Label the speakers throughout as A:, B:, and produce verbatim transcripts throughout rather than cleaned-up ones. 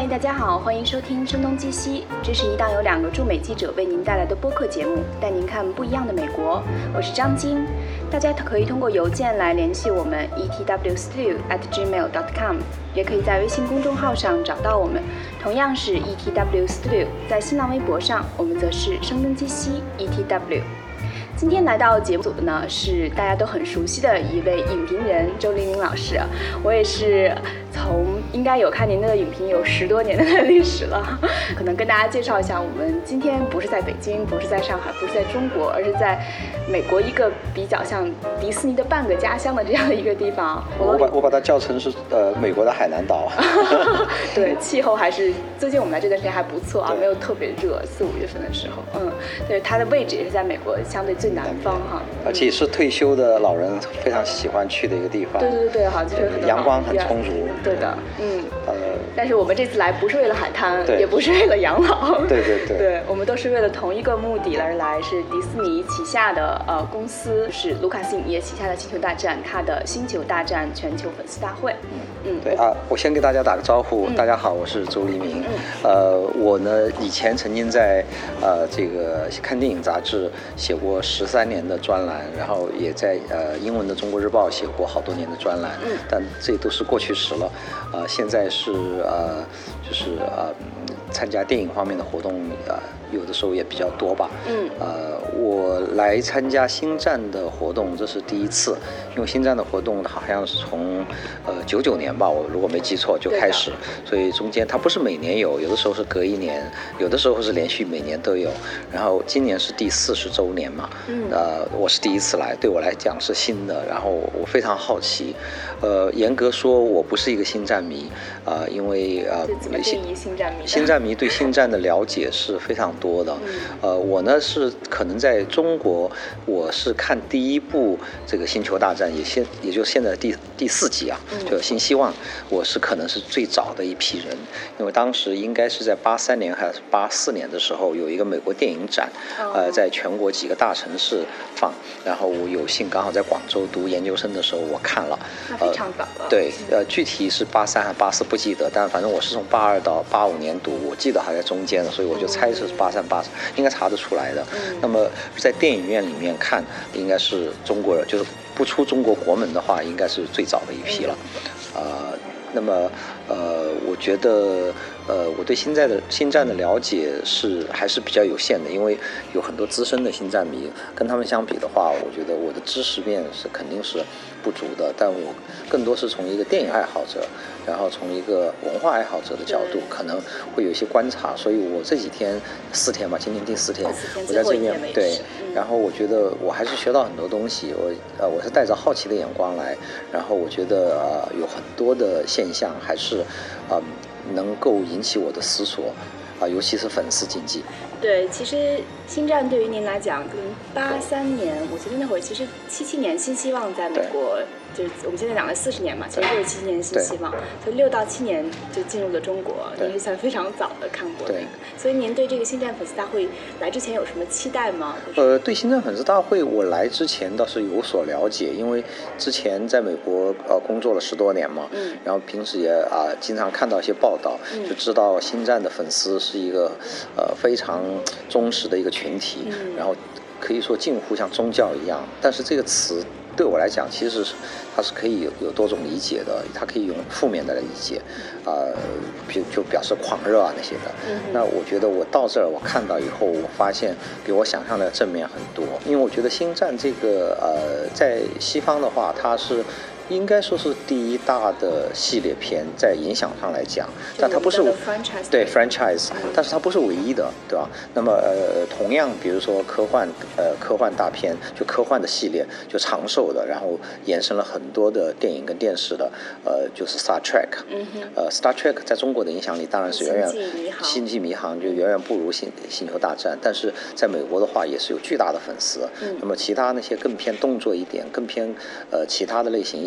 A: 嗨，大家好，欢迎收听《声东击西》，这是一档由两个驻美记者为您带来的播客节目，带您看不一样的美国。我是张晶，大家可以通过邮件来联系我们 e t w studio at gmail dot com， 也可以在微信公众号上找到我们，同样是 E T W Studio。在新浪微博上，我们则是声东击西 E T W。今天来到节目组的呢，是大家都很熟悉的一位影评人周黎明老师。我也是从应该有看您的影评有十多年的历史了，可能跟大家介绍一下，我们今天不是在北京，不是在上海，不是在中国，而是在美国一个比较像迪士尼的半个家乡的这样的一个地方。
B: 我把我把它叫成是呃美国的海南岛。
A: 对，气候还是最近我们来这段时间还不错啊，没有特别热，四五月份的时候，嗯，对，它的位置也是在美国相对最南方哈，
B: 而且是退休的老人非常喜欢去的一个地方。
A: 对对对对，好，就是很
B: 阳光很充足。
A: 对的，嗯，呃，但是我们这次来不是为了海滩，
B: 对，
A: 也不是为了养老，
B: 对对对，
A: 对，我们都是为了同一个目的而来，是迪士尼旗下的呃公司，是卢卡斯影业旗下的星球大战，它的星球大战全球粉丝大会。
B: 嗯嗯，对啊，我先给大家打个招呼，嗯、大家好，我是周黎明。嗯、呃，我呢以前曾经在呃这个看电影杂志写过十三年的专栏，然后也在呃英文的《中国日报》写过好多年的专栏，嗯，但这都是过去时了。呃，现在是呃就是呃参加电影方面的活动，呃有的时候也比较多吧。嗯，呃，我来参加星战的活动，这是第一次，因为星战的活动好像是从呃九九年吧，我如果没记错就开始，所以中间它不是每年有，有的时候是隔一年，有的时候是连续每年都有。然后今年是第四十周年嘛，嗯，呃，我是第一次来，对我来讲是新的，然后我非常好奇。呃，严格说，我不是一个星战迷，啊、呃，因为呃，
A: 怎么定义星战迷？
B: 星战迷对星战的了解是非常多的。嗯、呃，我呢是可能在中国，我是看第一部这个《星球大战》，也现也就是现在第第四集啊，就《新希望》，我是可能是最早的一批人，因为当时应该是在八三年还是八四年的时候，有一个美国电影展，哦、呃，在全国几个大城市放，然后我有幸刚好在广州读研究生的时候，我看了。
A: 非常早了。
B: 对，呃，具体是八三还是八四不记得，但反正我是从八二到八五年读，我记得还在中间，所以我就猜是八三八四，应该查得出来的。嗯、那么在电影院里面看，应该是中国人，就是不出中国国门的话，应该是最早的一批了。嗯、呃，那么呃，我觉得呃，我对星战的星战的了解是还是比较有限的，因为有很多资深的星战迷，跟他们相比的话，我觉得我的知识面是肯定是不足的，但我更多是从一个电影爱好者，然后从一个文化爱好者的角度，可能会有一些观察。所以我这几天四天吧，今天第四天，我在这边对，然后我觉得我还是学到很多东西。我呃，我是带着好奇的眼光来，然后我觉得呃有很多的现象还是嗯、呃、能够引起我的思索。啊，尤其是粉丝经济。
A: 对，其实星战对于您来讲，可能八三年，我记得那会儿其实七七年新希望在美国，就是我们现在讲的四十年嘛，其实就是七七年新希望，所以六到七年就进入了中国，您是算非常早的看过那个。所以您对这个星战粉丝大会来之前有什么期待吗？
B: 呃，对星战粉丝大会，我来之前倒是有所了解，因为之前在美国呃工作了十多年嘛，嗯，然后平时也啊、呃、经常看到一些报道，嗯、就知道星战的粉丝是一个呃非常忠实的一个群体，嗯、然后可以说近乎像宗教一样。但是这个词对我来讲，其实是它是可以有有多种理解的，它可以用负面的来理解，啊、呃，就就表示狂热啊那些的。嗯、那我觉得我到这儿我看到以后，我发现比我想象的正面很多。因为我觉得星战这个呃，在西方的话，它是应该说是第一大的系列片，在影响上来讲，但它不是对 franchise， 但是它不是唯一的，对吧？那么呃，同样比如说科幻呃科幻大片，就科幻的系列就长寿的，然后延伸了很多的电影跟电视的，呃，就是 Star Trek， 嗯、呃 Star Trek 在中国的影响力当然是远远星际迷航就远远不如星星球大战，但是在美国的话也是有巨大的粉丝。嗯、那么其他那些更偏动作一点，更偏呃其他的类型一点。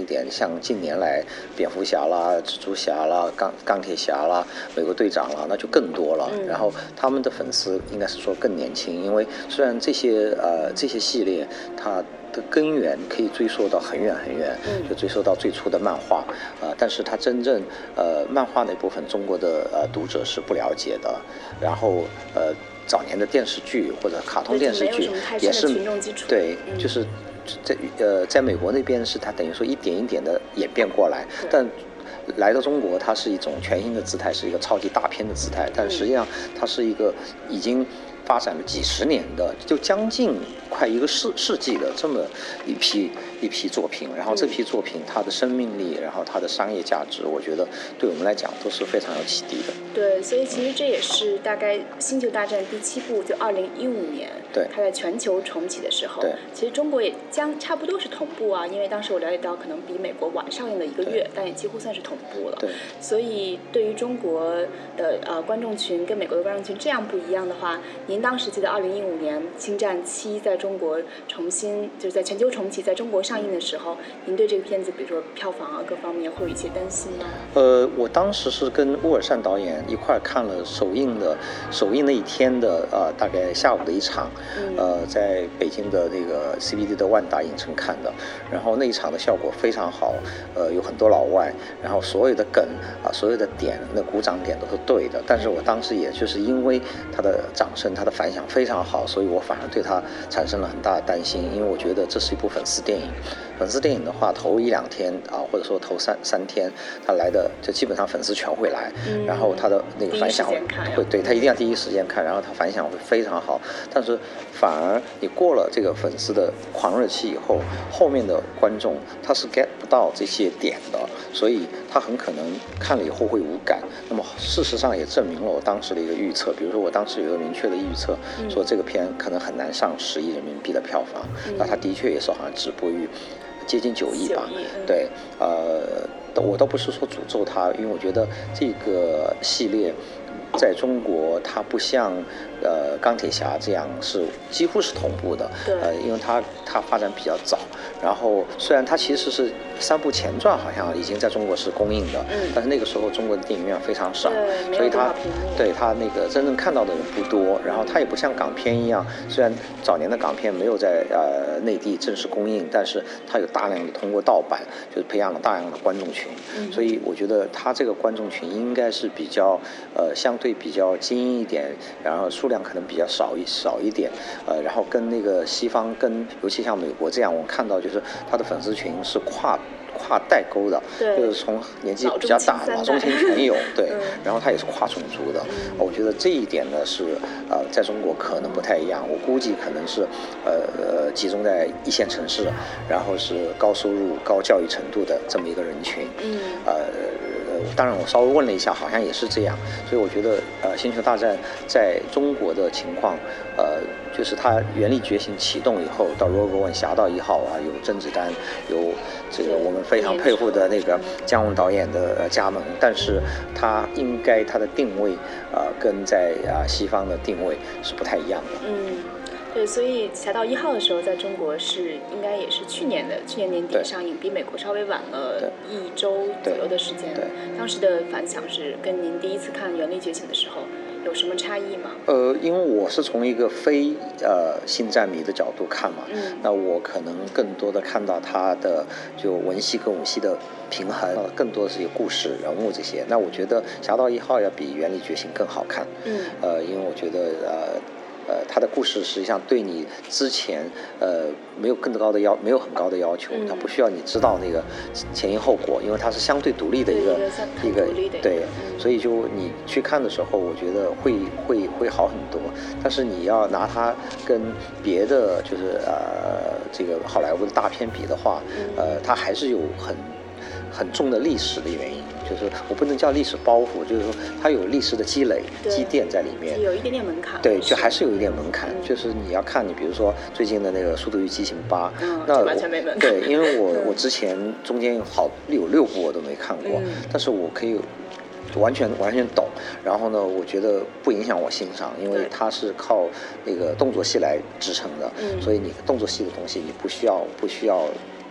B: 点，像近年来蝙蝠侠啦、蜘蛛侠啦、钢钢铁侠啦、美国队长啦，那就更多了。然后他们的粉丝应该是说更年轻，因为虽然这些呃这些系列它的根源可以追溯到很远很远，就追溯到最初的漫画，呃，但是它真正呃漫画那部分中国的呃读者是不了解的，然后呃早年的电视剧或者卡通电视剧也是对，就是在呃在美国那边是它等于说一点一点的演变过来，但来到中国它是一种全新的姿态，是一个超级大片的姿态，但实际上它是一个已经发展了几十年的，就将近快一个世世纪的这么一批一批作品，然后这批作品它的生命力，然后它的商业价值，我觉得对我们来讲都是非常有启迪的。
A: 对，所以其实这也是大概《星球大战》第七部就二零一五年，
B: 对，
A: 它在全球重启的时候，
B: 对，
A: 其实中国也将差不多是同步啊，因为当时我了解到可能比美国晚上映了一个月，但也几乎算是同步了。
B: 对，
A: 所以对于中国的呃观众群跟美国的观众群这样不一样的话，您当时记得二零一五年《星战七》在中国重新就是在全球重启，在中国上映的时候，您对这个片子，比如说票房啊各方面会有一些担心吗？
B: 呃，我当时是跟乌尔善导演一块看了首映的首映那一天的呃大概下午的一场，呃，在北京的那个 C B D 的万达影城看的，然后那一场的效果非常好，呃，有很多老外，然后所有的梗啊、呃，所有的点，那鼓掌点都是对的，但是我当时也就是因为他的掌声，他的反响非常好，所以我反而对他产生了很大的担心，因为我觉得这是一部粉丝电影。粉丝电影的话，头一两天啊，或者说头三三天，他来的就基本上粉丝全会来，嗯、然后他的那个反响会对他一定要第一时间看，然后他反响会非常好。但是反而你过了这个粉丝的狂热期以后，后面的观众他是 get 不到这些点的，所以他很可能看了以后会无感。那么事实上也证明了我当时的一个预测，比如说我当时有一个明确的预测，嗯、说这个片可能很难上十亿人民币的票房，嗯、那他的确也是好像止步于接近九亿吧，对，呃，我倒不是说诅咒他，因为我觉得这个系列在中国它不像呃钢铁侠这样是几乎是同步的，呃，因为它它发展比较早，然后虽然它其实是三部前传，好像已经在中国是公映的，嗯、但是那个时候中国的电影院非常少，所以它对它那个真正看到的人不多，然后它也不像港片一样，虽然早年的港片没有在呃内地正式公映，但是它有大量的通过盗版，就是培养了大量的观众群，嗯、所以我觉得它这个观众群应该是比较呃相对比较精英一点，然后数量可能比较少一少一点，呃，然后跟那个西方跟尤其像美国这样，我看到就是它的粉丝群是跨跨代沟的，就是从年纪比较大，老中青全有，对，嗯、然后它也是跨种族的，嗯、我觉得这一点呢是呃在中国可能不太一样，我估计可能是呃呃集中在一线城市，然后是高收入高教育程度的这么一个人群，嗯，呃。当然我稍微问了一下，好像也是这样，所以我觉得呃星球大战在中国的情况，呃就是它原力觉醒启动以后，到 Rogue One 侠盗一号啊，有甄子丹，有这个我们非常佩服的那个姜文导演的、呃、加盟，但是它应该它的定位呃跟在啊、呃、西方的定位是不太一样的。
A: 嗯，对，所以《侠盗一号》的时候，在中国是应该也是去年的，去年年底上映，比美国稍微晚了一周左右的时间。
B: 对，
A: 当时的反响是跟您第一次看《原力觉醒》的时候有什么差异吗？
B: 呃，因为我是从一个非呃星战迷的角度看嘛，嗯、那我可能更多的看到它的就文戏跟武戏的平衡，呃、更多的是有故事人物这些。那我觉得《侠盗一号》要比《原力觉醒》更好看，嗯，呃，因为我觉得呃。呃，他的故事实际上对你之前呃没有更高的要，没有很高的要求，他、嗯、不需要你知道那个前因后果，因为它是相对独立的一个一个对，嗯、所以就你去看的时候，我觉得会会会好很多。但是你要拿它跟别的就是呃这个好莱坞的大片比的话，嗯、呃，它还是有很很重的历史的原因。就是我不能叫历史包袱，就是说它有历史的积累积淀在里面，
A: 有一点点门槛。
B: 对，就还是有一点门槛。嗯、就是你要看你，比如说最近的那个《速度与激情八》，
A: 嗯，那完全没门槛。
B: 对，因为我我之前中间有好有六部我都没看过，嗯、但是我可以完全完全懂。然后呢，我觉得不影响我欣赏，因为它是靠那个动作戏来支撑的，嗯、所以你动作戏的东西你不需要不需要。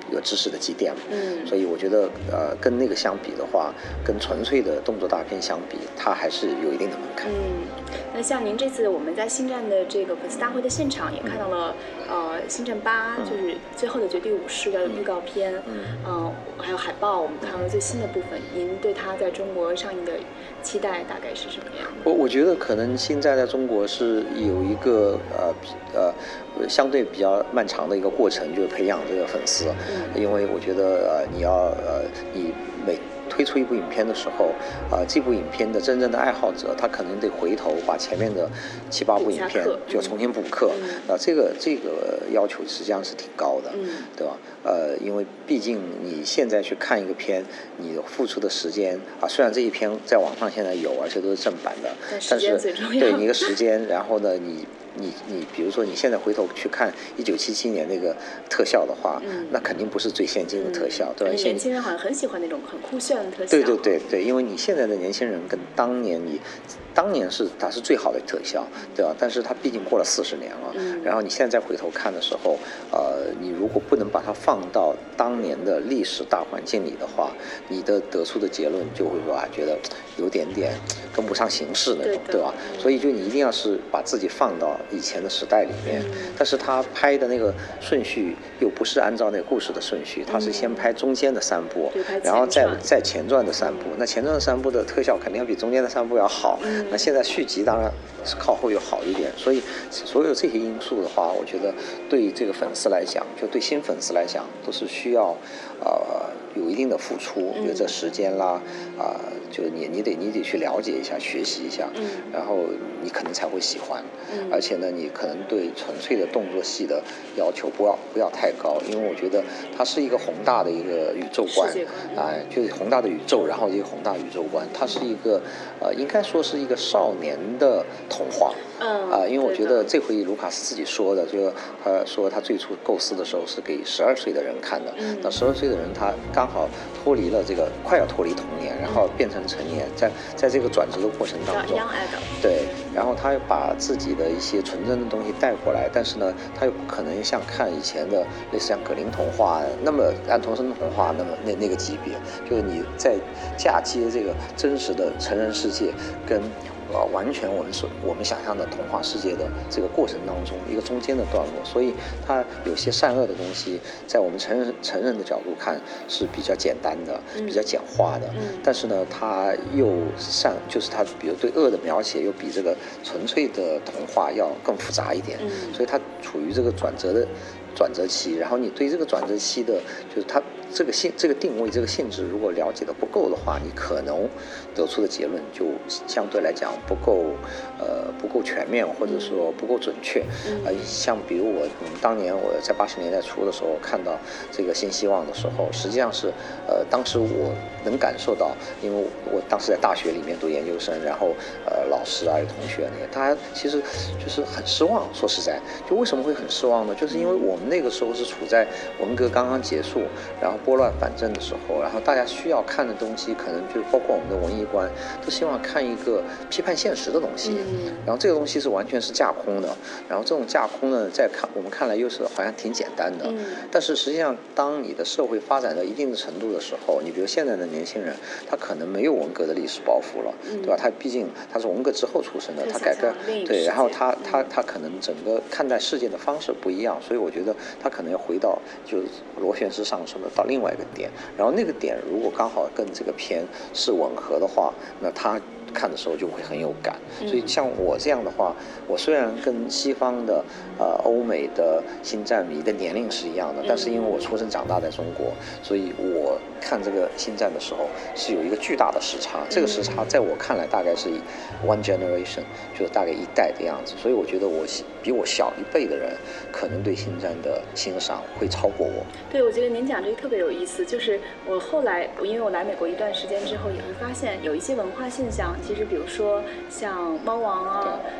B: 一个知识的积淀嘛。
A: 嗯，
B: 所以我觉得呃跟那个相比的话，跟纯粹的动作大片相比，它还是有一定的门槛。
A: 嗯，那像您这次我们在星战的这个粉丝大会的现场也看到了，嗯、呃，星战八就是最后的绝地武士的预告片，嗯、呃，还有海报，我们看了最新的部分。您对它在中国上映的期待大概是什么样的？
B: 我我觉得可能星战在中国是有一个呃呃相对比较漫长的一个过程，就是培养这个粉丝，嗯、因为我觉得呃你要呃你每推出一部影片的时候，啊、呃，这部影片的真正的爱好者，他可能得回头把前面的七八部影片就重新补课，啊、嗯呃，这个这个要求实际上是挺高的，嗯、对吧？呃，因为毕竟你现在去看一个片，你付出的时间啊，虽然这一篇在网上现在有，而且都是正版的，但是对你一个时间，然后呢，你。你你比如说你现在回头去看一九七七年那个特效的话，嗯、那肯定不是最先进的特效，嗯、对吧？
A: 年轻人好像很喜欢那种很酷炫的特效。
B: 对对对对，因为你现在的年轻人跟当年你，当年是它是最好的特效，对吧？但是它毕竟过了四十年了，嗯、然后你现在回头看的时候，呃，你如果不能把它放到当年的历史大环境里的话，你的得出的结论就会说啊，觉得有点点跟不上形势那种，对, 对吧？嗯、所以就你一定要是把自己放到以前的时代里面，嗯、但是他拍的那个顺序又不是按照那个故事的顺序，他是先拍中间的三部，嗯、然后再再前传的三部。那前传的三部的特效肯定要比中间的三部要好。嗯、那现在续集当然是靠后又好一点，所以所有这些因素的话，我觉得对这个粉丝来讲，就对新粉丝来讲，都是需要呃有一定的付出，比如这时间啦，啊、呃，就你你得你得去了解一下，学习一下，嗯、然后你可能才会喜欢。嗯、而且呢，你可能对纯粹的动作戏的要求不要不要太高，因为我觉得它是一个宏大的一个宇宙观，啊、呃，就是宏大的宇宙，然后一个宏大宇宙观，它是一个呃，应该说是一个少年的童话。嗯啊、呃，因为我觉得这回卢卡斯自己说的，就他说他最初构思的时候是给十二岁的人看的，嗯、那十二岁的人他刚好脱离了这个快要脱离童年，然后变成成年，在在这个转折的过程当中，对，然后他又把自己的一些纯真的东西带过来，但是呢，他又不可能像看以前的类似像格林童话那么安徒生童话那么那那个级别，就是你在嫁接这个真实的成人世界跟。呃，完全我们所我们想象的童话世界的这个过程当中，一个中间的段落，所以它有些善恶的东西，在我们成人成人的角度看是比较简单的，比较简化的，嗯、但是呢，它又善，就是它比如对恶的描写又比这个纯粹的童话要更复杂一点，嗯、所以它处于这个转折的转折期，然后你对这个转折期的，就是它。这个性这个定位这个性质如果了解的不够的话，你可能得出的结论就相对来讲不够呃不够全面，或者说不够准确。呃，像比如我我们当年我在八十年代初的时候看到这个新希望的时候，实际上是呃当时我能感受到，因为我当时在大学里面读研究生，然后呃老师啊有同学那些，大家其实就是很失望。说实在，就为什么会很失望呢？就是因为我们那个时候是处在文革刚刚结束，然后拨乱反正的时候，然后大家需要看的东西，可能就包括我们的文艺观，都希望看一个批判现实的东西。嗯、然后这个东西是完全是架空的，然后这种架空呢，在看我们看来又是好像挺简单的。嗯、但是实际上，当你的社会发展到一定的程度的时候，你比如现在的年轻人，他可能没有文革的历史包袱了，嗯、对吧？他毕竟他是文革之后出生的，他改革对，然后他他他可能整个看待世界的方式不一样，所以我觉得他可能要回到就是螺旋式上升的到另外一个点，然后那个点如果刚好跟这个片是吻合的话，那他看的时候就会很有感。所以像我这样的话，我虽然跟西方的呃欧美的星战迷的年龄是一样的，但是因为我出生长大在中国，所以我看这个星战的时候是有一个巨大的时差，这个时差在我看来大概是 one generation， 就是大概一代的样子，所以我觉得我比我小一辈的人可能对星战的欣赏会超过我。
A: 对，我觉得您讲这个特别有意思，就是我后来因为我来美国一段时间之后，也会发现有一些文化现象，其实比如说像猫王啊，呃，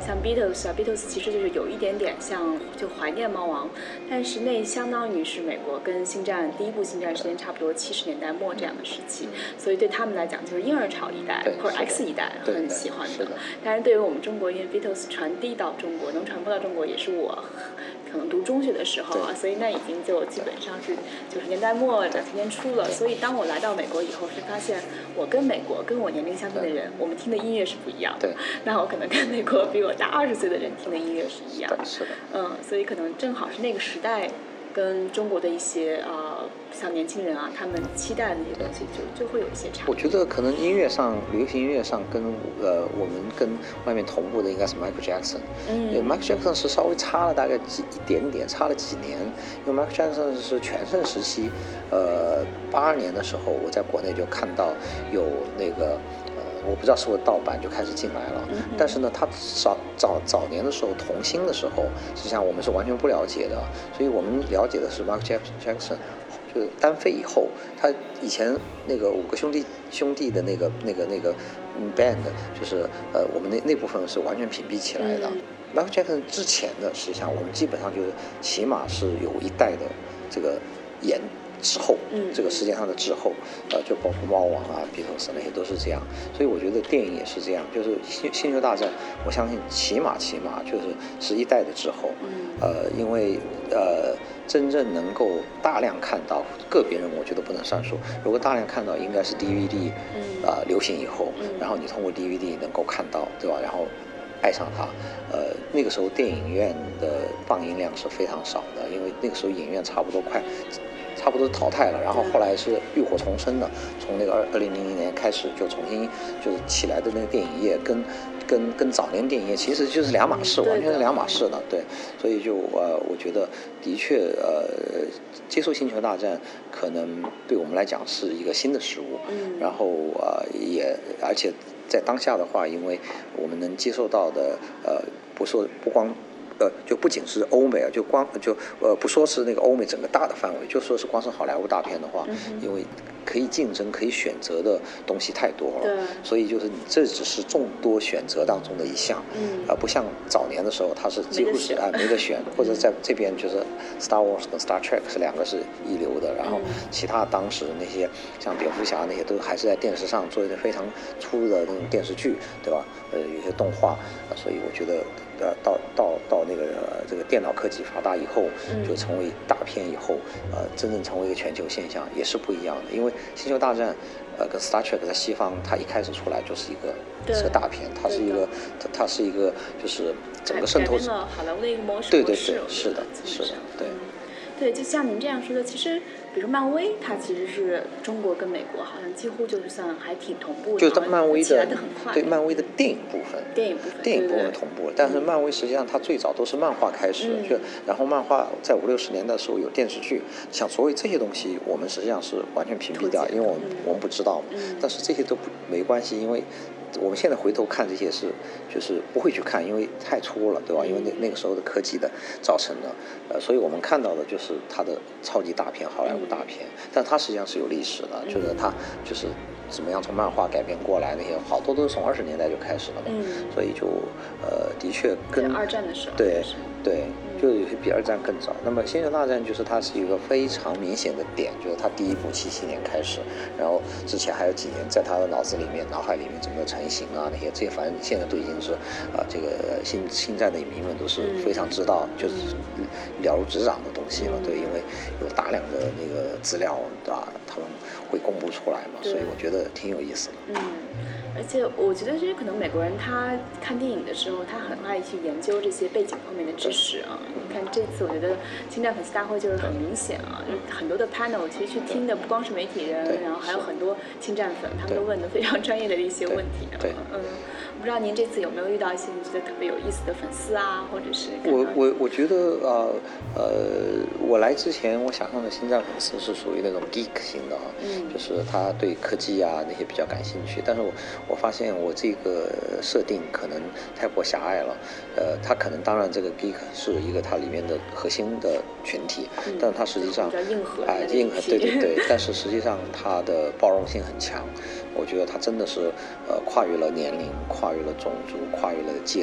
A: 像 Beatles 啊 ，Beatles 其实就是有一点点像就怀念猫王，但是那相当于是美国跟星战第一部星战时间差不多七十年代末这样的时期，所以对他们来讲就是婴儿潮一代或者 X 一代很喜欢的。但是对于我们中国，因为 Beatles 传递到中国，能传播到中国，也是我可能读中学的时候啊，所以那已经就基本上是九十年代末两千年初了。所以当我来到美国以后，是发现我跟美国跟我年龄相近的人，我们听的音乐是不一样的。
B: 对，
A: 那我可能跟美国比我大二十岁的人听的音乐是一样的。
B: 是的。
A: 嗯，所以可能正好是那个时代。跟中国的一些呃，像年轻人啊，他们期待的那些东西就，就就会有一些差别。
B: 我觉得可能音乐上，流行音乐上跟呃我们跟外面同步的应该是 Michael Jackson。嗯。因为 Michael Jackson 是稍微差了大概几一点点，差了几年。因为 Michael Jackson 是全盛时期，呃，八二年的时候，我在国内就看到有那个。我不知道是不是盗版就开始进来了，嗯、但是呢，他早早早年的时候童星的时候，实际上我们是完全不了解的，所以我们了解的是 Michael Jackson， 就是单飞以后，他以前那个五个兄弟兄弟的那个那个那个 band， 就是呃我们那那部分是完全屏蔽起来的。嗯、Michael Jackson 之前的，实际上我们基本上就是起码是有一代的这个演。之后，这个世界上的之后，呃，就包括猫王啊、比特斯那些都是这样，所以我觉得电影也是这样，就是星星球大战，我相信起码起码就是是一代的之后，呃，因为呃真正能够大量看到个别人，我觉得不能算数，如果大量看到，应该是 D V D， 啊、呃、流行以后，然后你通过 D V D 能够看到，对吧？然后爱上它，呃，那个时候电影院的放映量是非常少的，因为那个时候影院差不多快。差不多淘汰了，然后后来是浴火重生的，从那个二二零零零年开始就重新就是起来的那个电影业跟跟跟早年电影业其实就是两码事，完全是两码事的，对，所以就呃我觉得的确呃接受星球大战可能对我们来讲是一个新的事物，嗯，然后呃也而且在当下的话，因为我们能接受到的呃不说不光。呃，就不仅是欧美啊，就光就呃不说是那个欧美整个大的范围，就说是光是好莱坞大片的话，嗯、因为可以竞争、可以选择的东西太多了，所以就是你这只是众多选择当中的一项，嗯，而、呃、不像早年的时候，它是几乎是啊没得选，或者在这边就是 Star Wars 跟 Star Trek 是两个是一流的，然后其他当时那些像蝙蝠侠那些都还是在电视上做一个非常粗的那种电视剧，对吧？呃，有些动画，呃、所以我觉得呃到到到那个、呃、这个电脑科技发达以后，就成为大片以后，呃，真正成为一个全球现象也是不一样的。因为星球大战，呃，跟 Star Trek 在西方，它一开始出来就是一个是个大片，它是一个它它是一个就是整个渗透
A: 改变了好莱坞的一个模式，
B: 对对对，是的，是的，对。
A: 对，就像您这样说的，其实，比如说漫威，它其实是中国跟美国好像几乎就是算还挺同步的，
B: 就是漫威的
A: 的很快。
B: 对漫威的电影部分，
A: 电影部分，
B: 电影部分同步了。但是漫威实际上它最早都是漫画开始，嗯、就然后漫画在五六十年代的时候有电视剧，像所有这些东西，我们实际上是完全屏蔽掉，因为我们、嗯、我们不知道。嗯、但是这些都不没关系，因为。我们现在回头看这些是，就是不会去看，因为太粗了，对吧？因为那那个时候的科技的造成的，呃，所以我们看到的就是它的超级大片、好莱坞大片，但它实际上是有历史的，就是它就是怎么样从漫画改编过来，那些好多都是从二十年代就开始了嘛，嗯、所以就呃，的确跟
A: 二战的时候，
B: 对对。就有些比二战更早。那么《星球大战》就是它是一个非常明显的点，就是它第一部七七年开始，然后之前还有几年在他的脑子里面、脑海里面怎么成型啊那些，这些反正现在都已经是啊、呃，这个星星战的影迷们都是非常知道，就是了如指掌的东西了。对，因为有大量的那个资料啊，他们会公布出来嘛，所以我觉得挺有意思的。
A: 嗯。而且我觉得，其实可能美国人他看电影的时候，他很爱去研究这些背景方面的知识啊。你看这次，我觉得星战粉丝大会就是很明显啊，就是很多的 panel， 其实去听的不光是媒体人，然后还有很多星战粉，他们都问的非常专业的一些问题啊。嗯，不知道您这次有没有遇到一些你觉得特别有意思的粉丝啊，或者是？
B: 我我我觉得呃呃，我来之前我想象的星战粉丝是属于那种 geek 型的啊，嗯、就是他对科技啊那些比较感兴趣，但是我。我发现我这个设定可能太过狭隘了，呃，它可能当然这个 geek 是一个它里面的核心的群体，嗯、但它实际上
A: 哎
B: 硬核，对对对，但是实际上它的包容性很强，我觉得它真的是呃跨越了年龄，跨越了种族，跨越了阶层。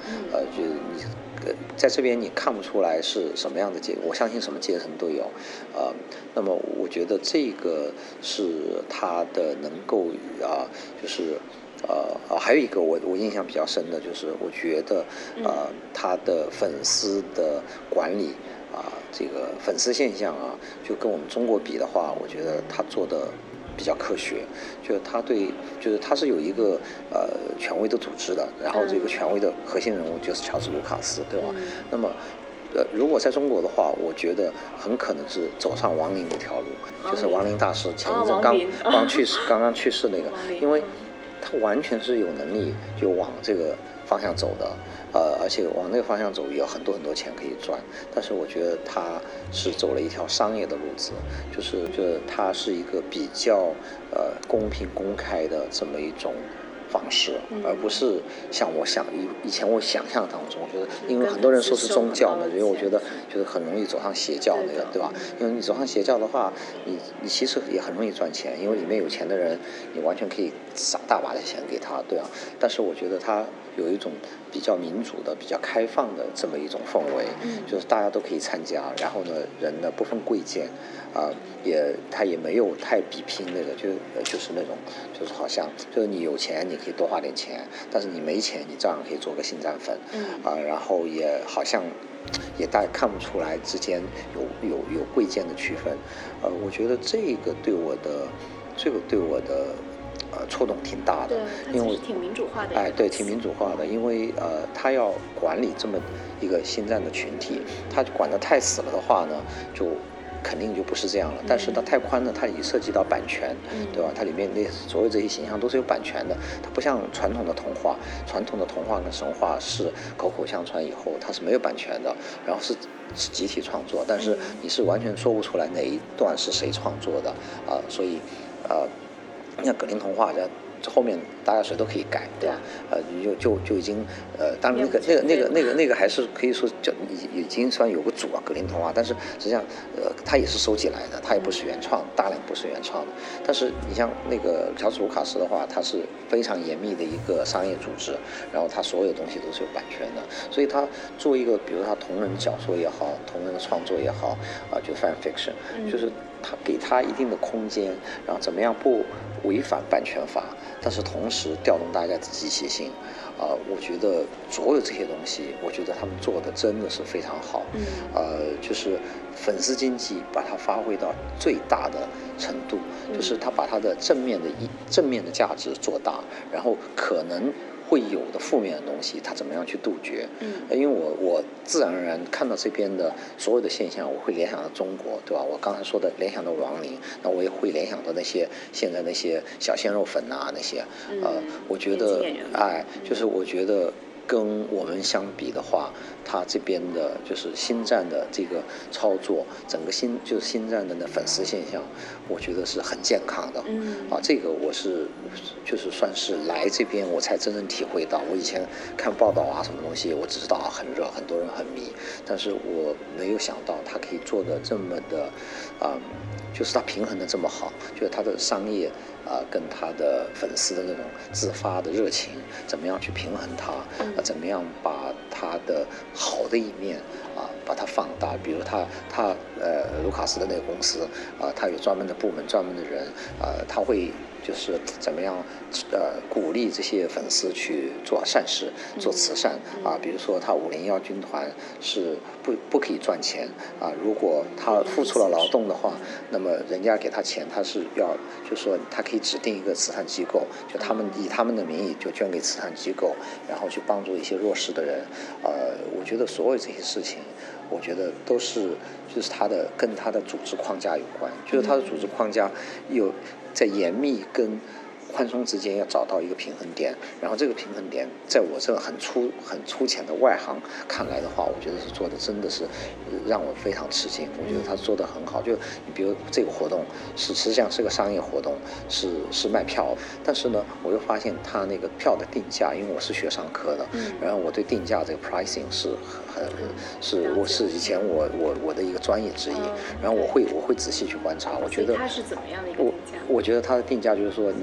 B: 呃，就你呃在这边你看不出来是什么样的阶，我相信什么阶层都有，呃，那么我觉得这个是他的能够啊、呃，就是呃呃还有一个我我印象比较深的就是，我觉得呃他的粉丝的管理啊、呃，这个粉丝现象啊，就跟我们中国比的话，我觉得他做的比较科学，就是他对，就是他是有一个呃权威的组织的，然后这个权威的核心人物就是乔治·卢卡斯，对吧？嗯、那么，呃，如果在中国的话，我觉得很可能是走上王林这条路，就是王林大师前一阵刚、哦、刚去世，刚刚去世那个，因为他完全是有能力就往这个方向走的。呃，而且往那个方向走也有很多很多钱可以赚，但是我觉得他是走了一条商业的路子，就是就是他是一个比较呃公平公开的这么一种方式，而不是像我想以以前我想象当中，就是因为很多人说是宗教嘛，因为我觉得就是很容易走上邪教那个，对吧？因为你走上邪教的话，你你其实也很容易赚钱，因为里面有钱的人，你完全可以撒大把的钱给他，对啊。但是我觉得他有一种比较民主的、比较开放的这么一种氛围，就是大家都可以参加，然后呢，人呢不分贵贱，啊、呃，也他也没有太比拼那个，就就是那种，就是好像就是你有钱你可以多花点钱，但是你没钱你照样可以做个新站粉，啊、呃，然后也好像也大家看不出来之间有有有贵贱的区分，呃，我觉得这个对我的这个对我的。呃，触动挺大的，因为
A: 挺民主化的。
B: 哎，对，挺民主化的，因为呃，他要管理这么一个新站的群体，他管得太死了的话呢，就肯定就不是这样了。但是它太宽呢，它也涉及到版权，对吧？它里面那所有这些形象都是有版权的，它不像传统的童话，传统的童话跟神话是口口相传以后，它是没有版权的，然后是是集体创作，但是你是完全说不出来哪一段是谁创作的啊、呃，所以呃。像格林童话这后面大家谁都可以改，对吧？呃，就就就已经呃，当然那个那个那个那个那个还是可以说就已已经算有个主啊，格林童话，但是实际上呃，它也是收集来的，它也不是原创，大量不是原创的。但是你像那个乔治·卢卡斯的话，它是非常严密的一个商业组织，然后它所有东西都是有版权的，所以它做一个，比如他同人小说也好，同人的创作也好，啊、呃，就 fan fiction，、嗯、就是他给他一定的空间，然后怎么样不违反版权法，但是同时调动大家的积极性，啊、呃，我觉得所有这些东西，我觉得他们做的真的是非常好，嗯，呃，就是粉丝经济把它发挥到最大的程度，就是他把他的正面的一正面的价值做大，然后可能会有的负面的东西，他怎么样去杜绝？嗯，因为我我自然而然看到这边的所有的现象，我会联想到中国，对吧？我刚才说的联想到王林，那我也会联想到那些现在那些小鲜肉粉啊那些，呃，我觉得，哎，就是我觉得。跟我们相比的话，他这边的就是新站的这个操作，整个新就是新站的那粉丝现象，我觉得是很健康的。嗯，啊，这个我是就是算是来这边我才真正体会到。我以前看报道啊什么东西，我只知道啊很热，很多人很迷，但是我没有想到他可以做的这么的，啊、嗯，就是他平衡的这么好，就是他的商业啊、呃、跟他的粉丝的那种自发的热情，怎么样去平衡它？啊，怎么样把他的好的一面啊，把它放大？比如他他呃，卢卡斯的那个公司啊，他有专门的部门、专门的人啊，他会就是怎么样呃，鼓励这些粉丝去做善事、做慈善啊。比如说他五零幺军团是不不可以赚钱啊，如果他付出了劳动的话，那么人家给他钱，他是要就说他可以指定一个慈善机构，就他们以他们的名义就捐给慈善机构，然后去帮助一些弱势的人。呃，我觉得所有这些事情，我觉得都是就是他的跟他的组织框架有关，就是他的组织框架有在严密跟宽松之间要找到一个平衡点，然后这个平衡点在我这很粗很粗浅的外行看来的话，我觉得是做的真的是让我非常吃惊。我觉得他做的很好，就你比如这个活动是实际上是个商业活动，是是卖票，但是呢，我又发现他那个票的定价，因为我是学商科的，嗯、然后我对定价这个 pricing 是很是我是以前我我我的一个专业之一，然后我会我会仔细去观察，我觉得
A: 它是怎么样的一个定价？
B: 我我觉得它的定价就是说你有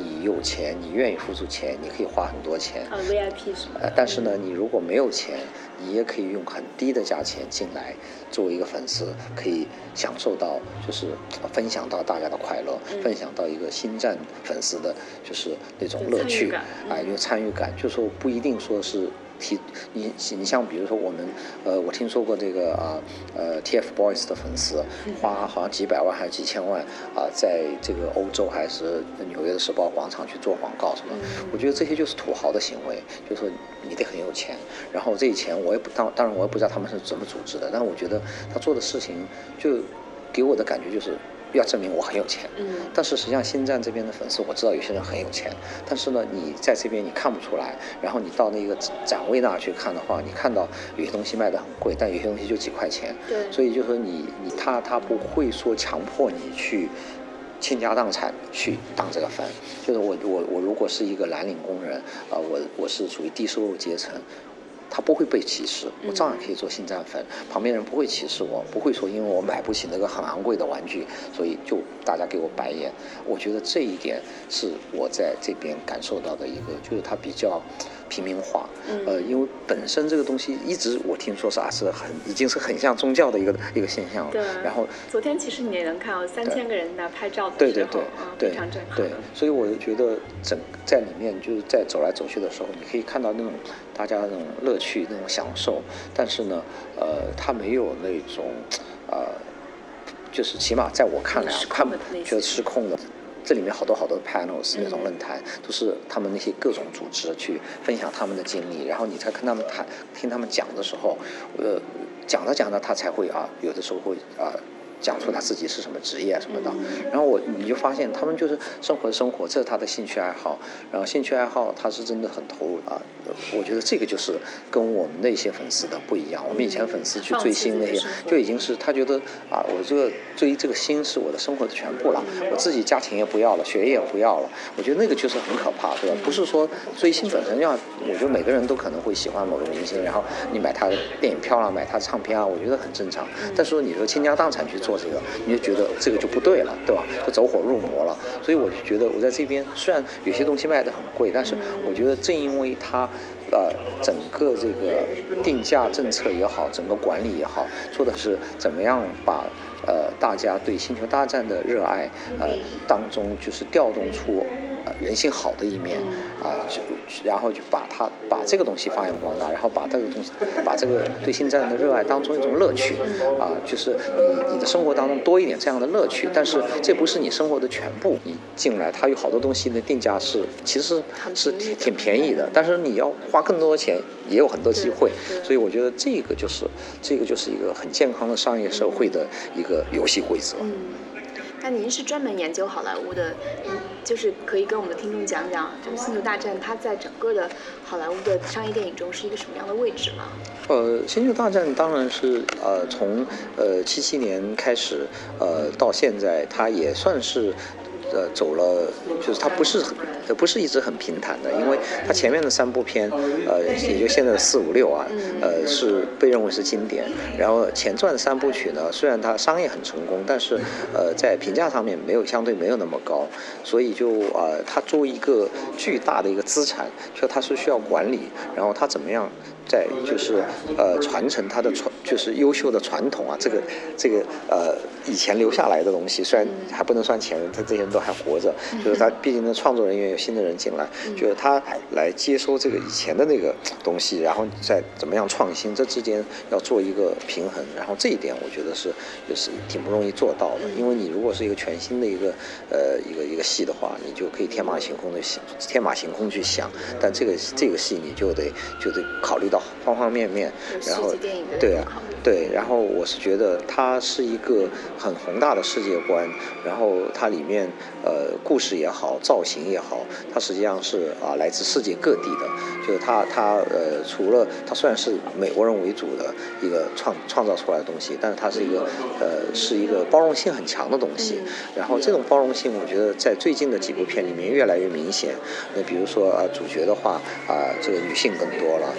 B: 钱，你愿意付出钱，你可以花很多钱。
A: 啊 V I P 是吧？
B: 呃，但是呢，你如果没有钱，你也可以用很低的价钱进来，作为一个粉丝，可以享受到就是分享到大家的快乐，嗯、分享到一个星战粉丝的就是那种乐趣，啊、呃，有参与感，就说不一定说是。提你你像比如说我们呃我听说过这个啊呃 T F Boys 的粉丝花好像几百万还是几千万啊、呃、在这个欧洲还是纽约的时报广场去做广告什么，我觉得这些就是土豪的行为，就是说你得很有钱，然后这些钱我也不当当然我也不知道他们是怎么组织的，但是我觉得他做的事情就给我的感觉就是要证明我很有钱，嗯，但是实际上星战这边的粉丝我知道有些人很有钱，但是呢你在这边你看不出来，然后你到那个展位那去看的话，你看到有些东西卖得很贵，但有些东西就几块钱，对，所以就说你你他他不会说强迫你去倾家荡产去当这个粉，就是我我我如果是一个蓝领工人啊、呃，我我是属于低收入阶层。他不会被歧视，我照样可以做星战粉，嗯、旁边人不会歧视我，不会说因为我买不起那个很昂贵的玩具，所以就大家给我白眼。我觉得这一点是我在这边感受到的一个，就是它比较平民化，嗯、呃，因为本身这个东西一直我听说是啊是很已经是很像宗教的一个一个现象。
A: 对。
B: 然后
A: 昨天其实你也能看到三千个人在拍照的时候，
B: 对对对，
A: 嗯、
B: 对
A: 非常震撼。
B: 对，所以我就觉得整在里面就是在走来走去的时候，你可以看到那种大家那种乐趣、那种享受，但是呢，呃，它没有那种，呃，就是起码在我看来啊，看觉得失控的。这里面好多好多 panels 那种论坛，嗯、都是他们那些各种组织去分享他们的经历，然后你才跟他们谈，听他们讲的时候，呃，讲着讲着他才会啊，有的时候会啊。讲出他自己是什么职业什么的，然后我你就发现他们就是生活生活，这是他的兴趣爱好，然后兴趣爱好他是真的很投入啊。我觉得这个就是跟我们那些粉丝的不一样。我们以前粉丝去追星那些，就已经是他觉得啊，我这个追这个星是我的生活的全部了，我自己家庭也不要了，学业也不要了。我觉得那个就是很可怕，对吧？不是说追星本身要，我觉得每个人都可能会喜欢某个明星，然后你买他的电影票啦，买他的唱片啊，我觉得很正常。但是说你说倾家荡产去做这个，你就觉得这个就不对了，对吧？就走火入魔了。所以我就觉得我在这边虽然有些东西卖得很贵，但是我觉得正因为它呃整个这个定价政策也好，整个管理也好，做的是怎么样把呃大家对星球大战的热爱呃当中就是调动出呃人性好的一面啊、呃，然后就把它把这个东西发扬光大，然后把这个东西把这个对星战的热爱当中一种乐趣啊、呃，就是你你的生活当中多一点这样的乐趣，但是这不是你生活的全部。你进来，它有好多东西的定价是其实是挺挺便宜的，但是你要花更多的钱也有很多机会，所以我觉得这个就是这个就是一个很健康的商业社会的一个游戏规则。
A: 嗯，那您是专门研究好莱坞的，就是可以跟我们的听众讲讲，就是《星球大战》它在整个的好莱坞的商业电影中是一个什么样的位置吗？
B: 呃，《星球大战》当然是呃从呃七七年开始，呃到现在，它也算是。呃，走了，就是它不是很，不是一直很平坦的，因为它前面的三部片，呃，也就现在的四五六啊，呃，是被认为是经典。然后前传三部曲呢，虽然它商业很成功，但是呃，在评价上面没有相对没有那么高，所以就呃，它作为一个巨大的一个资产，就它是需要管理，然后它怎么样？在就是呃传承它的传就是优秀的传统啊，这个这个呃以前留下来的东西，虽然还不能算前人，他这些人都还活着，就是他毕竟的创作人员有新的人进来，就是他来接收这个以前的那个东西，然后再怎么样创新，这之间要做一个平衡，然后这一点我觉得是就是挺不容易做到的，因为你如果是一个全新的一个呃一个一个戏的话，你就可以天马行空的想天马行空去想，但这个这个戏你就得就得考虑到方方面面，然后对啊对，然后我是觉得它是一个很宏大的世界观，然后它里面呃故事也好，造型也好，它实际上是啊来自世界各地的，就是它它呃除了它虽然是美国人为主的一个创创造出来的东西，但是它是一个呃是一个包容性很强的东西，然后这种包容性我觉得在最近的几部片里面越来越明显。那比如说啊主角的话啊这个女性更多了，啊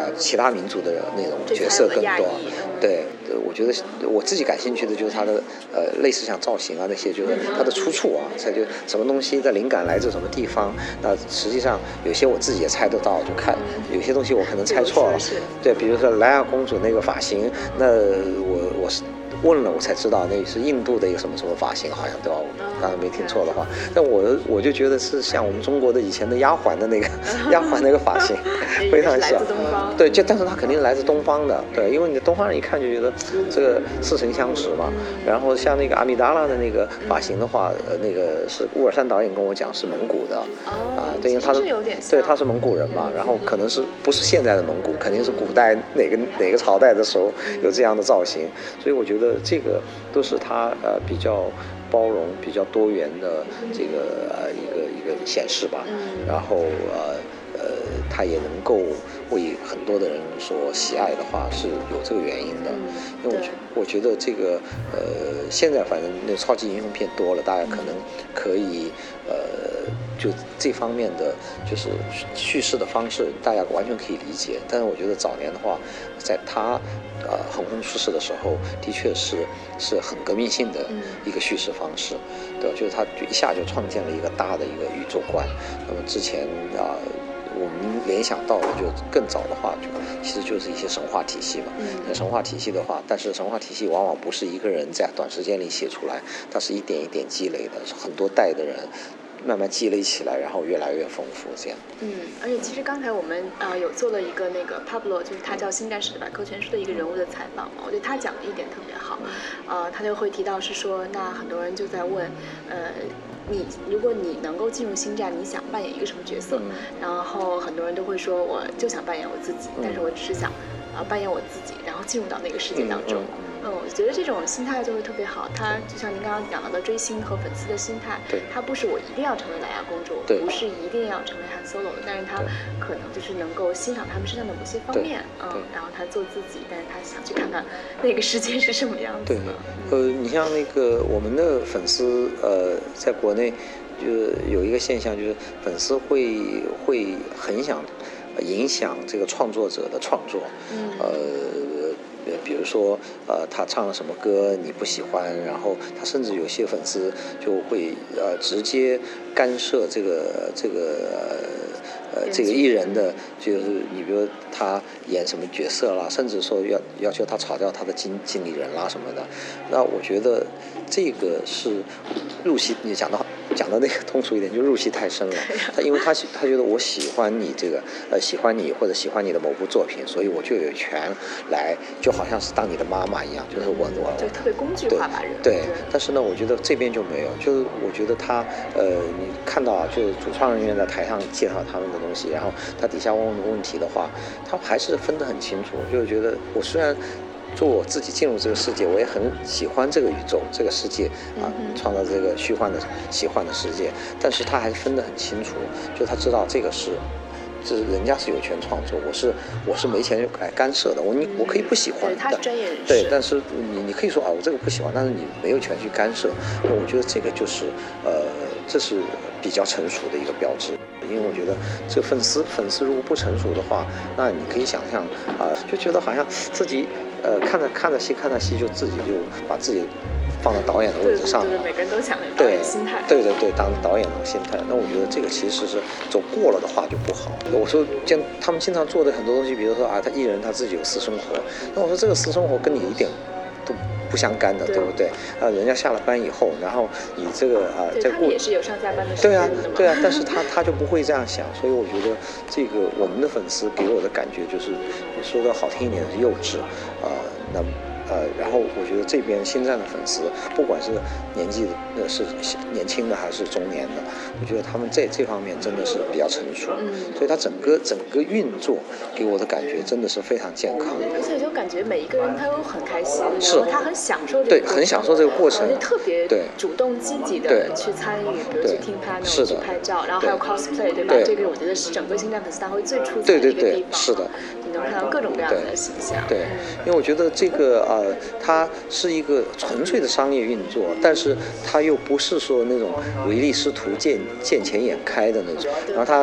B: 呃其他民族的那种角色更多。对，我觉得我自己感兴趣的就是它的呃类似像造型啊那些，就是它的出处啊，它就什么东西的灵感来自什么地方。那实际上有些我自己也猜得到，就看有些东西我可能猜错了。对，比如说莱娅公主那个发型，那我我是问了我才知道那是印度的一个什么什么发型，好像对吧？我刚才没听错的话，但我我就觉得是像我们中国的以前的丫鬟的那个丫鬟那个发型，非常像。对，就但是它肯定来自东方的，对，因为你东方人一看就觉得这个似曾相识嘛。然后像那个阿米达拉的那个发型的话，呃，那个是乌尔善导演跟我讲是蒙古的，啊，对，因为他是对他是蒙古人嘛，然后可能是不是现在的蒙古，肯定是古代哪个哪个朝代的时候有这样的造型，所以我觉得这个都是他呃比较包容、比较多元的这个呃一个一个显示吧。然后呃呃，他也能够为很多的人所喜爱的话，是有这个原因的。因为我觉我觉得这个呃现在反正那超级英雄片多了，大家可能可以呃就这方面的就是叙事的方式，大家完全可以理解。但是我觉得早年的话，在他呃横空出世的时候，的确是是很革命性的一个叙事方式，对吧？就是他一下就创建了一个大的一个宇宙观。那么之前啊、呃，我们联想到的就更早的话，就其实就是一些神话体系嘛。那神话体系的话，但是神话体系往往不是一个人在短时间里写出来，它是一点一点积累的，是很多代的人慢慢积累起来，然后越来越丰富，这样。
A: 嗯，而且其实刚才我们呃有做了一个那个 Pablo， 就是他叫《新战士的百科全书》的一个人物的采访嘛，我觉得他讲的一点特别好，呃，他就会提到是说，那很多人就在问，呃。你如果你能够进入星战，你想扮演一个什么角色？嗯、然后很多人都会说，我就想扮演我自己，嗯、但是我只是想，呃，扮演我自己，然后进入到那个世界当中。嗯，嗯嗯我觉得这种心态就会特别好。他就像您刚刚讲到的追星和粉丝的心态，他不是我一定要成为莱娅公主，不是一定要成为Han Solo，但是他可能就是能够欣赏他们身上的某些方面，嗯，然后他做自己，但是他想去看看那个世界是什么样子的。
B: 对，呃，你像那个我们的粉丝，呃，在国内就有一个现象，就是粉丝会会很想影响这个创作者的创作，嗯、呃。比如说，呃，他唱了什么歌你不喜欢，然后他甚至有些粉丝就会呃直接干涉这个这个呃这个艺人的，就是你比如他演什么角色啦，甚至说要要求他炒掉他的经经理人啦什么的。那我觉得这个是入戏，你讲到讲的那个通俗一点，就入戏太深了。他因为他他觉得我喜欢你这个呃喜欢你或者喜欢你的某部作品，所以我就有权来就。好像是当你的妈妈一样，就是我我
A: 就特别工具化把人。
B: 对，但是呢，我觉得这边就没有，就是我觉得他呃，你看到啊，就是主创人员在台上介绍他们的东西，然后他底下问问问题的话，他还是分得很清楚。就是觉得我虽然做我自己进入这个世界，我也很喜欢这个宇宙这个世界啊，创造这个虚幻的奇幻的世界，但是他还是分得很清楚，就他知道这个是。这人家是有权创作，我是我是没钱来干涉的，我你我可以不喜欢，
A: 对，他是专业人士，
B: 对，但是你你可以说啊，我这个不喜欢，但是你没有权去干涉。那我觉得这个就是呃，这是比较成熟的一个标志，因为我觉得这个粉丝粉丝如果不成熟的话，那你可以想象啊、呃，就觉得好像自己呃看着看着戏看着戏就自己就把自己。放到导演的位置上，
A: 对对对，每个人都想导演心态，
B: 对对对，当导演的心态。那我觉得这个其实是走过了的话就不好。我说，像他们经常做的很多东西，比如说啊，他艺人他自己有私生活，那我说这个私生活跟你一点都不相干的， 对, 对不对？啊，人家下了班以后，然后你这个啊，
A: 在过也是有上下班的时间的嘛，
B: 对啊，对啊，但是他他就不会这样想，所以我觉得这个我们的粉丝给我的感觉就是，说的好听一点是幼稚，啊、呃，那。呃，然后我觉得这边星战的粉丝，不管是年纪的是年轻的还是中年的，我觉得他们在这方面真的是比较成熟，嗯、所以他整个整个运作给我的感觉真的是非常健康。
A: 而且就感觉每一个人他都很开心，
B: 是，
A: 然后他很享受这个
B: 对，很享受这个过程，
A: 而且特别
B: 对
A: 主动积极的去参与，比如去听 panel、去拍照，然后还有 cosplay， 对吧？
B: 对，
A: 这个我觉得是整个星战粉丝大会最出彩的一个地方。
B: 对对对，是的，
A: 你能看到各种各样的形象。
B: 对，因为我觉得这个呃，它是一个纯粹的商业运作，但是它又不是说那种唯利是图、见见钱眼开的那种。然后它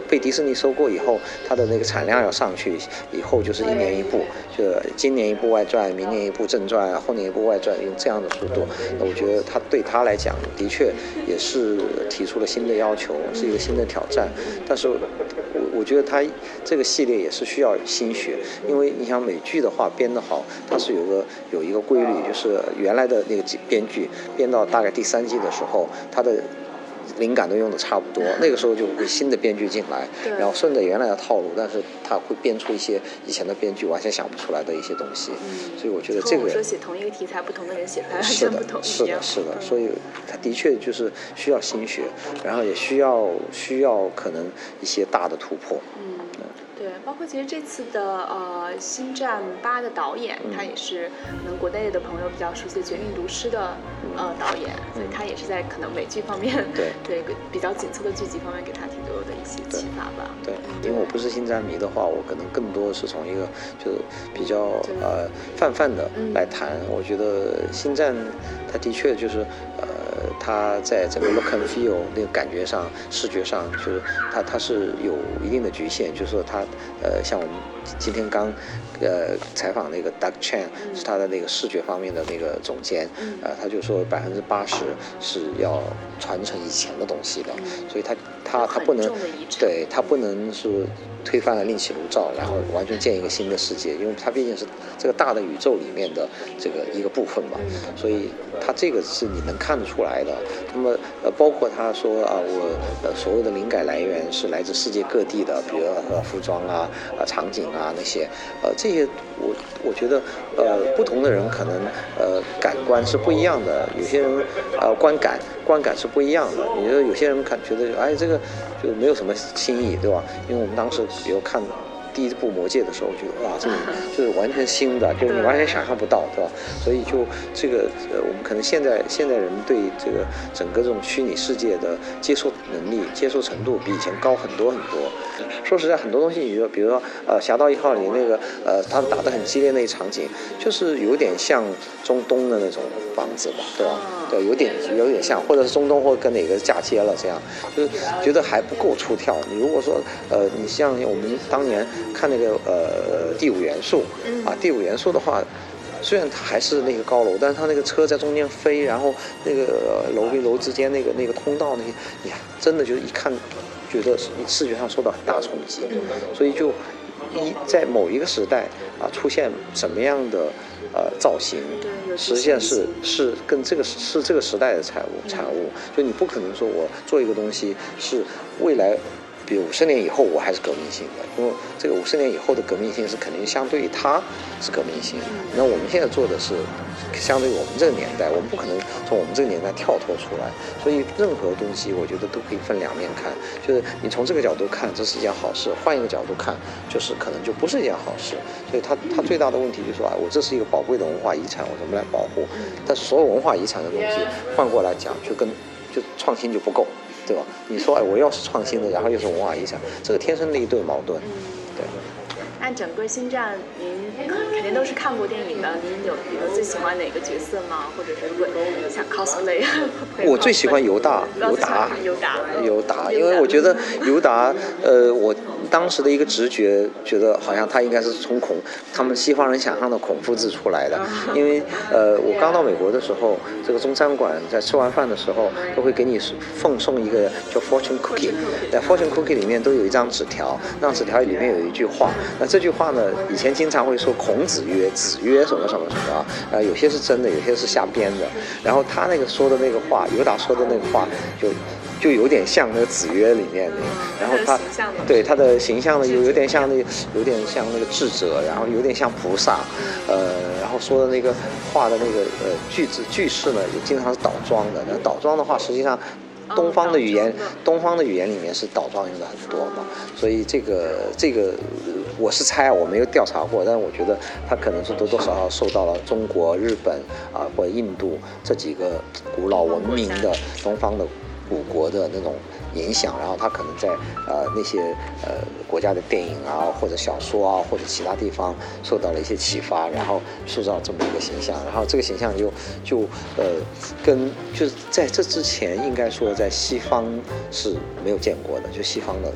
B: 被迪士尼收购以后，它的那个产量要上去，以后就是一年一部，就今年一部外传，明年一部正传，后年一部外传，用这样的速度，那我觉得他对他来讲的确也是提出了新的要求，是一个新的挑战。但是我我觉得他这个系列也是需要心血，因为你想美剧的话编得好，它是有个有一个规律，就是原来的那个编剧编到大概第三季的时候，他的灵感都用的差不多，那个时候就会新的编剧进来，然后顺着原来的套路，但是他会编出一些以前的编剧完全想不出来的一些东西。嗯、所以我觉得这个
A: 说写同一个题材，不同的人写出来完全不同。
B: 是的，是的，是的。所以他的确就是需要心血，然后也需要需要可能一些大的突破。
A: 嗯。对，包括其实这次的呃《星战八》的导演，嗯、他也是可能国内的朋友比较熟悉的《绝命毒师》的呃导演，嗯、所以他也是在可能美剧方面
B: 对
A: 对比较紧凑的剧集方面给他挺多的一些启发吧。
B: 对，对因为我不是星战迷的话，我可能更多是从一个就比较呃泛泛的来谈。嗯、我觉得星战它的确就是呃它在整个 look and feel 那个感觉上、视觉上，就是它它是有一定的局限，就是说它。呃，像我们今天刚呃采访那个 Doug Chan，嗯、是他的那个视觉方面的那个总监，嗯、呃，他就说百分之八十是要传承以前的东西的，嗯、所以他他他不能，对他不能是推翻了另起炉灶，然后完全建一个新的世界，因为它毕竟是这个大的宇宙里面的这个一个部分嘛，嗯、所以他这个是你能看得出来的。那么呃，包括他说啊，我呃所有的灵感来源是来自世界各地的，比如呃服装啊、呃场景啊那些，呃这些我我觉得呃不同的人可能呃感官是不一样的，有些人呃观感观感是不一样的。你觉得有些人看觉得哎这个就没有什么新意，对吧？因为我们当时比如看第一部《魔戒》的时候，我觉得哇，这个就是完全新的，就是你完全想象不到，对吧？所以就这个呃，我们可能现在现在人对这个整个这种虚拟世界的接受能力、接受程度比以前高很多很多。说实在，很多东西，你说，比如说呃，《侠盗一号》里那个呃，他们打得很激烈那一场景，就是有点像中东的那种房子吧，对吧？对，有点有点像，或者是中东或跟哪个嫁接了这样，就是觉得还不够出挑。你如果说呃，你像我们当年看那个呃第五元素啊，第五元素的话，虽然它还是那个高楼，但是它那个车在中间飞，然后那个楼与楼之间那个那个通道那些，你真的就是一看觉得视觉上受到很大冲击，所以就一在某一个时代啊出现什么样的呃造型，实际上是是跟这个是这个时代的产物产物，就你不可能说我做一个东西是未来。比如五十年以后我还是革命性的，因为这个五十年以后的革命性是肯定相对于它是革命性的。那我们现在做的是相对于我们这个年代，我们不可能从我们这个年代跳脱出来，所以任何东西我觉得都可以分两面看，就是你从这个角度看这是一件好事，换一个角度看就是可能就不是一件好事。所以它它最大的问题就是说啊，我这是一个宝贵的文化遗产，我怎么来保护？但所有文化遗产的东西换过来讲，就跟就创新就不够。对吧？你说哎，我要是创新的，然后又是文化遗产，这个天生的一对矛盾。对。
A: 按整个星战，您肯定都是看过电影的，您有比如最喜欢哪个角色吗？或者是会想 cosplay？
B: 我最喜欢尤大，尤达，
A: 尤达，
B: 尤达，因为我觉得尤达，呃，我当时的一个直觉觉得好像他应该是从孔他们西方人想象的孔夫子出来的，因为呃，我刚到美国的时候，这个中餐馆在吃完饭的时候都会给你奉送一个叫 fortune cookie， 在 fortune cookie 里面都有一张纸条，那张纸条里面有一句话，那这句话呢，以前经常会说孔子曰，子曰什么什么什么啊，呃，有些是真的，有些是瞎编的。然后他那个说的那个话，尤达说的那个话，就就有点像那个子曰里面那个，然后他对他的形象呢，有有点像那个，有点像那个智者，然后有点像菩萨，呃，然后说的那个话的那个呃句子句式呢，也经常是倒装的。那倒装的话，实际上。东方的语言，东方的语言里面是倒装用的很多嘛，所以这个这个我是猜，我没有调查过，但是我觉得它可能是多多少少受到了中国、日本啊、呃、或者印度这几个古老文明的东方的古国的那种影响，然后它可能在呃那些呃国家的电影啊或者小说啊或者其他地方受到了一些启发，然后塑造这么一个形象，然后这个形象就就呃跟就是在这之前应该说在西方是没有见过的，就西方的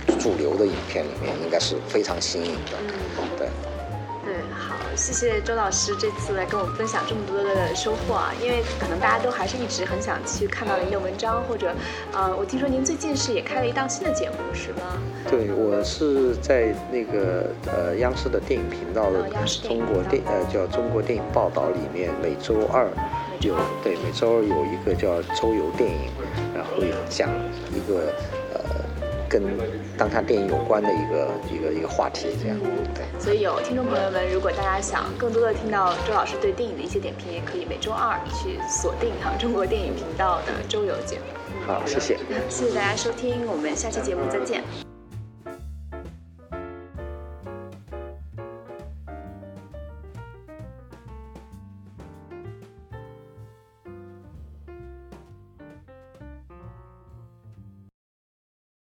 B: 主流的影片里面，应该是非常新颖的。
A: 嗯，
B: 对。
A: 对，好，谢谢周老师这次来跟我们分享这么多的收获啊！因为可能大家都还是一直很想去看到您的文章，或者，呃，我听说您最近是也开了一档新的节目，是吗？
C: 对，我是在那个呃央视的电影频道的中国电呃叫中国电影报道里面，每周二有对每周二有一个叫周游电影，然后会讲一个呃跟当下电影有关的一个一个一个话题这样。对，
A: 所以有听众朋友们，如果大家想更多的听到周老师对电影的一些点评，也可以每周二去锁定哈中国电影频道的周游节目。
C: 好，谢谢，
A: 谢谢大家收听，我们下期节目再见。